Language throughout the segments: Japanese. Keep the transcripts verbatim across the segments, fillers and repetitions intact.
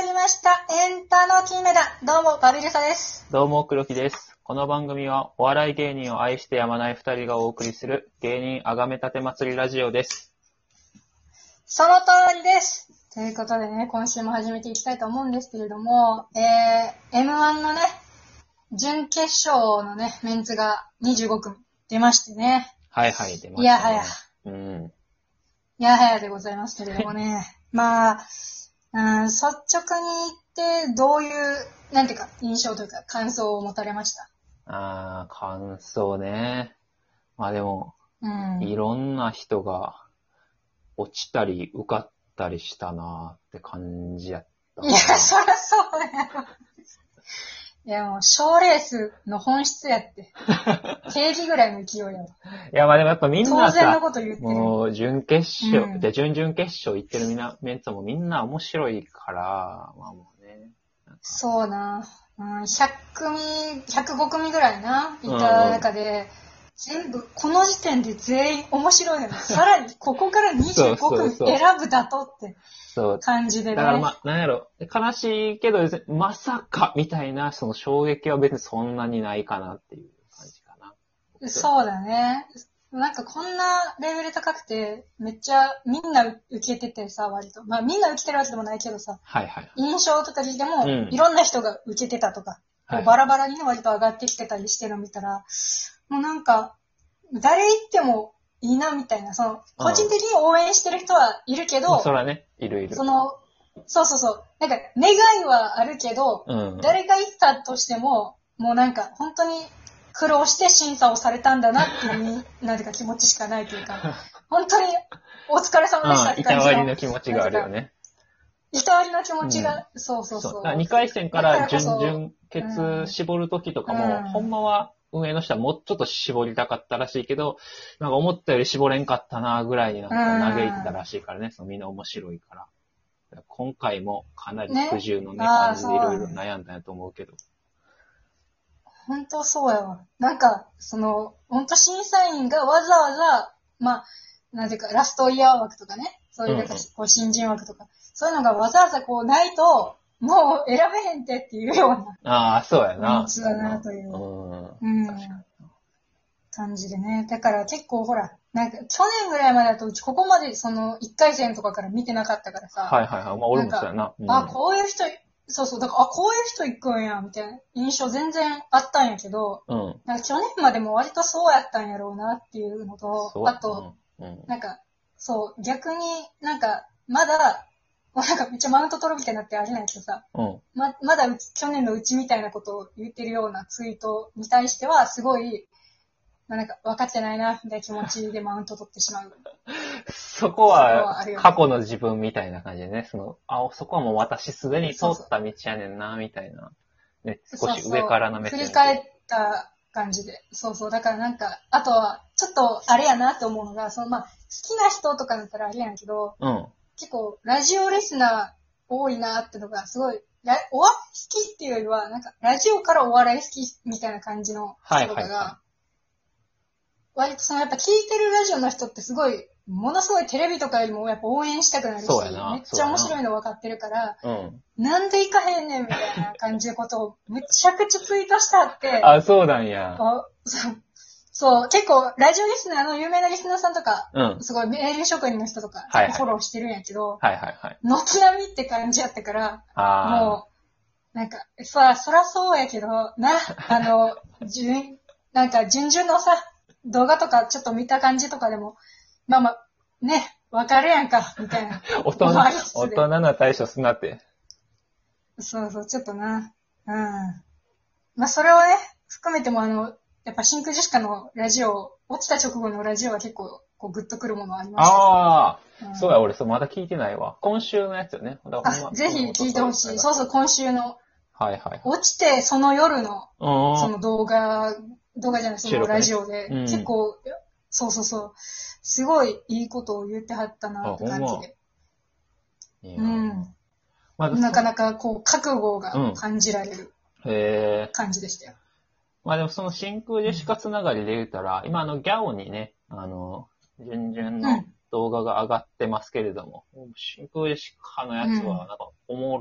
りました。エンタの金メダ。どうも、バビルサです。 どうも、黒木です。この番組は、お笑い芸人を愛してやまない二人がお送りする、芸人あがめたて祭りラジオです。 その通りです。ということでね、今週も始めていきたいと思うんですけれども、えー、エムワン のね、準決勝のね、メンツがにじゅうごくみ出ましてね。 はいはい、出ましたね。 いやはや。 うん。 いやはやでございますけれどもね。まあ、うん、率直に言って、どういう、なんていうか、印象というか、感想を持たれました？ あー、感想ね。まあでも、 うん、 いろんな人が落ちたり受かったりしたなーって感じやったな。 いや、そりゃそうやろ。いや、もう、賞レースの本質やって。定義ぐらいの勢いやわ。 いや、まあでもやっぱみんなさ、 当然のこと言ってる。 もう準決勝、 うん、 じゃ準々決勝行ってるみんな、メンツもみんな面白いから、まあもうね。 そうな、うん、ひゃくくみ、ひゃくごくみぐらいな、いた中で、うんうん、全部、この時点で全員面白いのに、さらにここからにじゅうごくみ選ぶだとって感じでね。 だからま、なんやろ、悲しいけど、まさかみたいな、その衝撃は別にそんなにないかなっていう感じかな。 そうだね。なんかこんなレベル高くて、めっちゃみんな受けててさ、割と。まあみんな受けてるわけでもないけどさ、 はいはい、 印象とかでも、うん、いろんな人が受けてたとか、 はい、 バラバラに割と上がってきてたりしてるの見たら、もうなんか、誰行ってもいいなみたいな、その、個人的に応援してる人はいるけど、 うん、そらね、いるいる。 その、そうそうそう、なんか願いはあるけど、うん、誰が行ったとしても、もうなんか本当に苦労して審査をされたんだなっていう、なんていうか気持ちしかないというか、本当にお疲れ様でしたって感じの。 いたわりの気持ちがあるよね。 いたわりの気持ちが、うん、そうそうそう。 にかい戦から準々決絞るときとかも、うん、ほんまは運営の人はもうちょっと絞りたかったらしいけど、なんか思ったより絞れんかったなぐらいになんか嘆いてたらしいからね、うん、そのみんな面白いから。今回もかなり苦渋のね、感じでいろいろ悩んだんやと思うけど。 本当そうやわ。なんか、その、本当審査員がわざわざ、まあ、なんていうか、ラストイヤー枠とかね、そういうなんか、こう新人枠とか、うんうん、そういうのがわざわざこうないと、もう選べへんってっていうような。 ああ、そうやな。 本当だなという。うん。うん。感じでね。だから結構ほら、なんか去年ぐらいまでだとうちここまでそのいっかい戦とかから見てなかったからさ。 はいはいはい。まあ俺もそうやな。 うん、あ、こういう人、そうそう、だから、あ、こういう人行くんや、みたいな印象全然あったんやけど、うん、なんか去年までも割とそうやったんやろうなっていうのと、あと、うんうん、なんか、そう、逆になんか、まだ、なんかめっちゃマウント取るみたいになってあれないけどさ、うん、ま、まだうち去年のうちみたいなことを言ってるようなツイートに対しては、すごい、なんか分かってないな、みたいな気持ちでマウント取ってしまう。 そこは、過去の自分みたいな感じでね、その、あ、そこはもう私すでに通った道やねんな、みたいな。ね、少し上からの目線で。 振り返った感じで。そうそう。だからなんか、あとは、ちょっとあれやなと思うのが、そのまあ、好きな人とかだったらあれやんけど、うん、結構、ラジオリスナー多いなってのが、すごい、お笑い好きっていうよりは、なんか、ラジオからお笑い好きみたいな感じの人とかが、はいはいはい、割とそのやっぱ聞いてるラジオの人ってすごい、ものすごいテレビとかよりもやっぱ応援したくなるし、めっちゃ面白いの分かってるから、うん、なんで行かへんねんみたいな感じのことをめちゃくちゃツイートしたって。 あ、そうなんや。 そう、そう、結構ラジオリスナーの有名なリスナーさんとか、うん、すごいメール職人の人とか、はいはい、フォローしてるんやけど、はいはいはい、軒並みって感じやったから、もう、なんか、さ、そらそうやけど、な、あの、じゅん、なんか、順々のさ、動画とかちょっと見た感じとかでも、まあまあ、ね、わかるやんか、みたいな。 大人、大人な対処すなって。 そうそう、ちょっとな。うん。まあ、それをね、含めてもあの、やっぱ真空ジェシカのラジオ、落ちた直後のラジオは結構、こう、グッとくるものありました。 ああ、うん、そうや、俺、そう、まだ聞いてないわ。今週のやつよね。 だからあ、ぜひ聞いてほしい。そうそう、今週の。 はいはい、はい。 落ちて、その夜の、その動画、動画じゃない、そのラジオで、ね、うん、結構、そうそうそう、すごいいいことを言ってはったなって感じで。いいな、うん。ま、なかなかこう、覚悟が感じられる感じでしたよ。うん、 まあでもその真空ジェシカつながりで言うたら、うん、今あのギャオにね、あの、順々の動画が上がってますけれども、うん、真空ジェシカのやつはなんかおもろかっ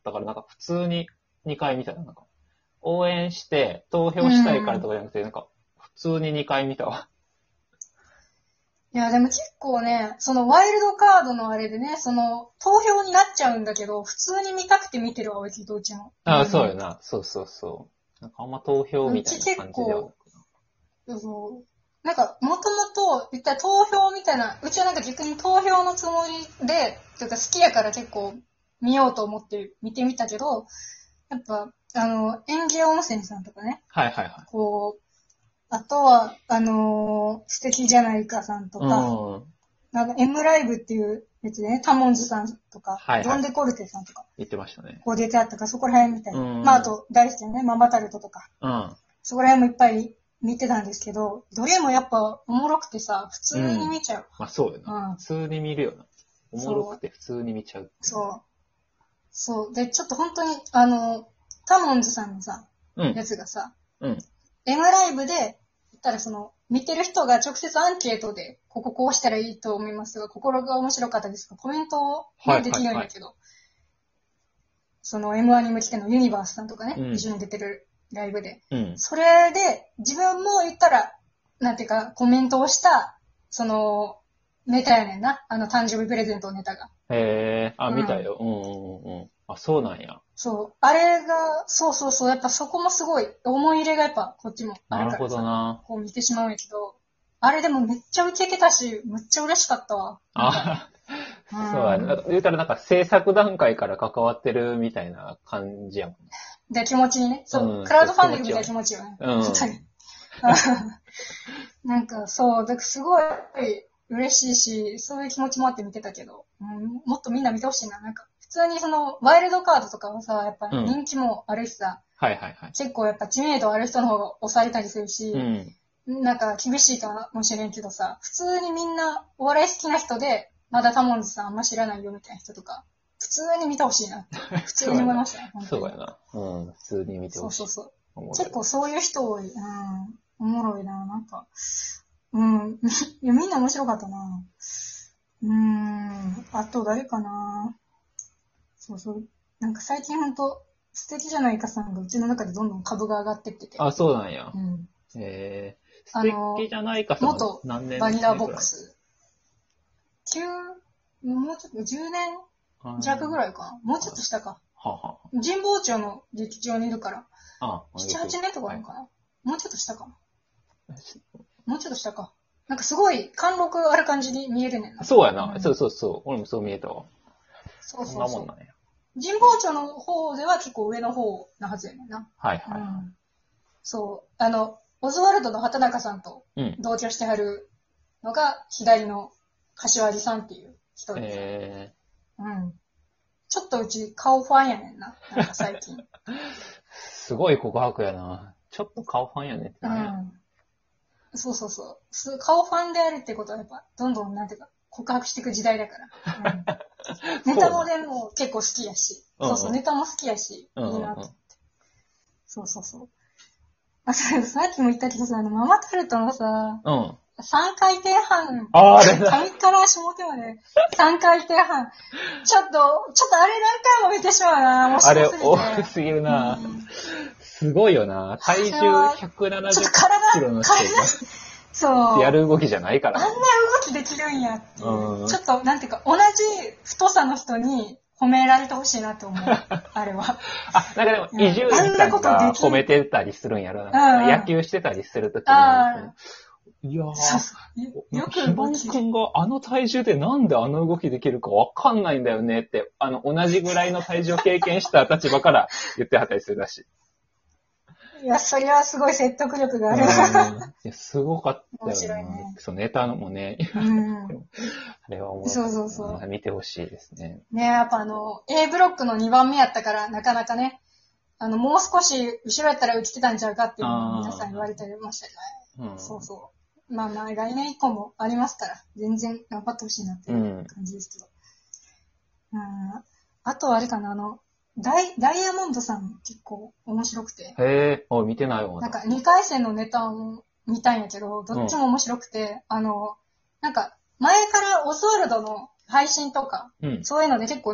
ったから、なんか普通ににかい見たな。なんか応援して、投票したいからとかじゃなくて、なんか普通ににかい見たわ。 いや、でも結構ね、そのワイルドカードのあれでね、その投票になっちゃうんだけど、普通に見たくて見てるわ、割とうちも。 ああ、そうよな。そうそうそう。なんかあんま投票みたいな感じでは。 そう。なんか、もともと、言ったら投票みたいな、うちはなんか逆に投票のつもりで、というか好きやから結構見ようと思って見てみたけど、やっぱ、あの、園芸温泉さんとかね。 はいはいはい。 こう、あとは、あのー、素敵じゃないかさんとか、うん、なんか M ライブっていうやつでね、タモンズさんとか、はいはい、ドンデコルテさんとか、 言ってましたね。 こう出てあったから、そこら辺みたいな。まあ、あと、大好きなね、ママタルトとか、 うん、 そこら辺もいっぱい見てたんですけど、どれもやっぱおもろくてさ、普通に見ちゃう。うん、 まあそうよな、うん。普通に見るよな。おもろくて普通に見ちゃう。 そう。そう。で、ちょっと本当に、あの、タモンズさんのさ、うん、やつがさ、 うん、 M ライブで、言ったらその、見てる人が直接アンケートで、こここうしたらいいと思いますが、心が面白かったですか、コメントを、ね、はいはいはい、できるんだけど、その エムワン にも来てのユニバースさんとかね、うん、一緒に出てるライブで、うん、それで自分も言ったら、なんていうか、コメントをした、その、ネタやねんな。あの、誕生日プレゼントのネタが。 へえ、あ、うん、見たよ。うんうんうん。あ、そうなんや。 そう。あれが、そうそうそう。やっぱそこもすごい、思い入れがやっぱこっちもあるからさ。なるほどな。こう見てしまうんやけど、あれでもめっちゃ受けてたし、めっちゃ嬉しかったわ。 ああ、そうやね。言うたらなんか制作段階から関わってるみたいな感じやもん。 で、気持ちにね。そう、うん、クラウドファンディングみたいな気持ちよね。うん。本当に。なんかそう、だからすごい嬉しいし、そういう気持ちもあって見てたけど、うん、もっとみんな見てほしいな。なんか、普通にその、ワイルドカードとかはさ、やっぱ人気もあるしさ、 うん、はいはいはい。 結構やっぱ知名度ある人の方が押されたりするし、うん、なんか厳しいかもしれんけどさ、普通にみんなお笑い好きな人で、まだタモンズさんあんま知らないよみたいな人とか、普通に見てほしいなって、普通に思いましたね。 そうやな。うん、普通に見てほしい。 そうそうそう。結構そういう人多い。うん、おもろいな、なんか。うん。いや、みんな面白かったな。うーん。あと誰かな。そうそう。なんか最近ほんと、素敵じゃないかさんがうちの中でどんどん株が上がってってて。 あ、そうなんや。 うん。 へえー。素敵じゃないかさん。 元バニラボックス。きゅう、もうちょっとじゅうねん弱ぐらいかな。もうちょっと下か。 はは神保町の劇場にいるから。 ああ、 なな、はちねんとかあるのかな、はい、もうちょっと下かな。もうちょっと下か。なんかすごい貫禄ある感じに見えるねんな。 そうやな。うん、そうそうそう。俺もそう見えたわ。 そうそうそう。 そんなもんなんや。 神保町の方では結構上の方なはずやねんな。 はいはい、はいうん。 そう。あの、オズワルドの畑中さんと同居してはるのが左の柏木さんっていう人で。 へー。うん。ちょっとうち顔ファンやねんな。なんか最近。 すごい告白やな。ちょっと顔ファンやねんってなんや。 うんそうそうそう。顔ファンであるってことはやっぱ、どんどんなんていうか、告白していく時代だから。うん、ネタもでも結構好きやし。そう,、そうそう、ネタも好きやし、うんうん、いいなと思って。そうそうそう。あ、さっきも言ったけどさ、あの、ママタルトのさ、うん、さんかい転半。 ああれだ。 上から下手まで、さんかい転半。ちょっと、ちょっとあれ何回も見てしまうな。面白すぎて。 あれ、多すぎるな。うんすごいよな。体重ひゃくななじゅっキロの人がそうやる動きじゃないから、 ね。あんな動きできるんやっていう、うん。ちょっと、なんていうか、同じ太さの人に褒められてほしいなって思う。あれは。 あ、なんかでも、伊集院さんが褒めてたりするんやろな。野球してたりするときに。いやー、よくひばりくんがあの体重でなんであの動きできるかわかんないんだよねって、あの、同じぐらいの体重を経験した立場から言ってはったりするらしい。 いや、それはすごい説得力がある。 いやすごかったよな。面白いね。そう、ネタもね。うん、あれは面白い。 そうそうそう。 見てほしいですね。 ねやっぱあの、A ブロックのにばんめやったから、なかなかね、あの、もう少し後ろやったら打ちてたんちゃうかっていうのを皆さん言われてましたよね。うん、そうそう。まあまあ、来年以降もありますから、全然頑張ってほしいなっていう感じですけど。うん、あとあれかな、あの、ダイ、ダイヤモンドさん結構面白くて。 へえ、お見てないわ。 なんかにかい戦のネタを見たんやけど、どっちも面白くて、うん、あの、なんか前からオズワルドの配信とか、うん、そういうので結構、なんて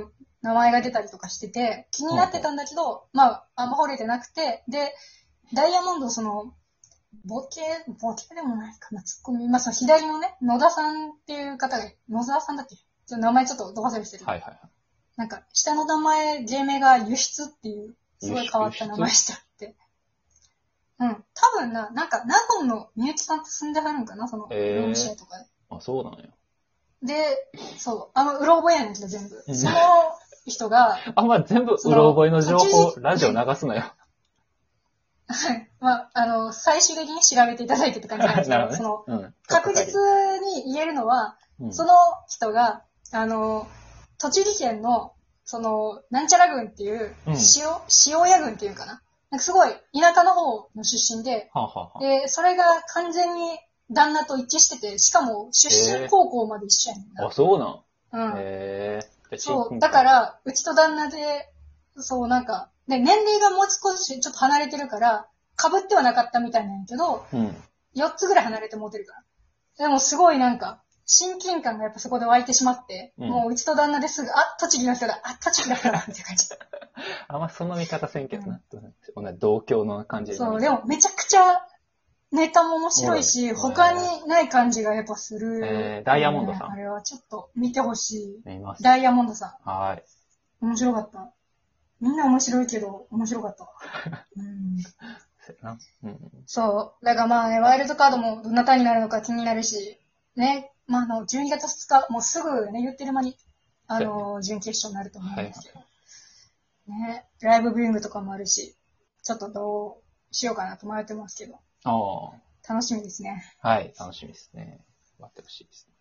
名前が出たりとかしてて、気になってたんだけど、まあ、あんま掘れてなくて、で、ダイヤモンド、その、ボケ、ボケでもないかな、ツッコミ。まあ、その左のね、野田さんっていう方が、野沢さんだっけ？ちょっと名前ちょっとど忘れしてる。 はいはいはい。 なんか、下の名前、芸名が輸出っていう、すごい変わった名前しちゃって。うん。多分な、なんか、納言のみゆきさんと住んではるんかな、その、 えー、 ローシェとかで。 あ、そうなんや。 で、そう、あの、うろ覚えやねんけど、全部。その人が、 あんま全部うろ覚えの情報、ラジオ流すなよ。 はい。まあ、あの、最終的に調べていただいてって感じなんですけど、どね、その、うん、確実に言えるのは、うん、その人が、あの、栃木県の、その、なんちゃら郡っていう、うん、塩、塩谷郡っていうかな。なんかすごい、田舎の方の出身で、はあはあ、で、それが完全に旦那と一致してて、しかも出身高校まで一緒やねんな。 あ、そうなんうん。へー。そう、だから、うちと旦那で、そう、なんか、で、年齢がもう少しちょっと離れてるから、被ってはなかったみたいなんやけど、うん、よっつぐらい離れて持てるから。でもすごいなんか、親近感がやっぱそこで湧いてしまって、うん、もううちと旦那ですぐ、あ、栃木の人だ、あ、栃木の人だ、っていう感じ。 あんまその見方せんけどな。うん、同郷の感じで。 そう、でもめちゃくちゃネタも面白いし、他にない感じがやっぱする、 えー。ダイヤモンドさん。 あれはちょっと見てほしい。 見ます。 ダイヤモンドさん。はい。 面白かった。みんな面白いけど、面白かったわ。うんうん、そう。だからまあね、ワイルドカードもどんな単になるのか気になるし、ね、まああの、じゅうにがつふつか、もうすぐね、言ってる間に、あの、準決勝になると思うんですけど、はいはい、ね、ライブビューイングとかもあるし、ちょっとどうしようかなと迷ってますけど、 あ楽しみですね。 はい、楽しみですね。待ってほしいですね。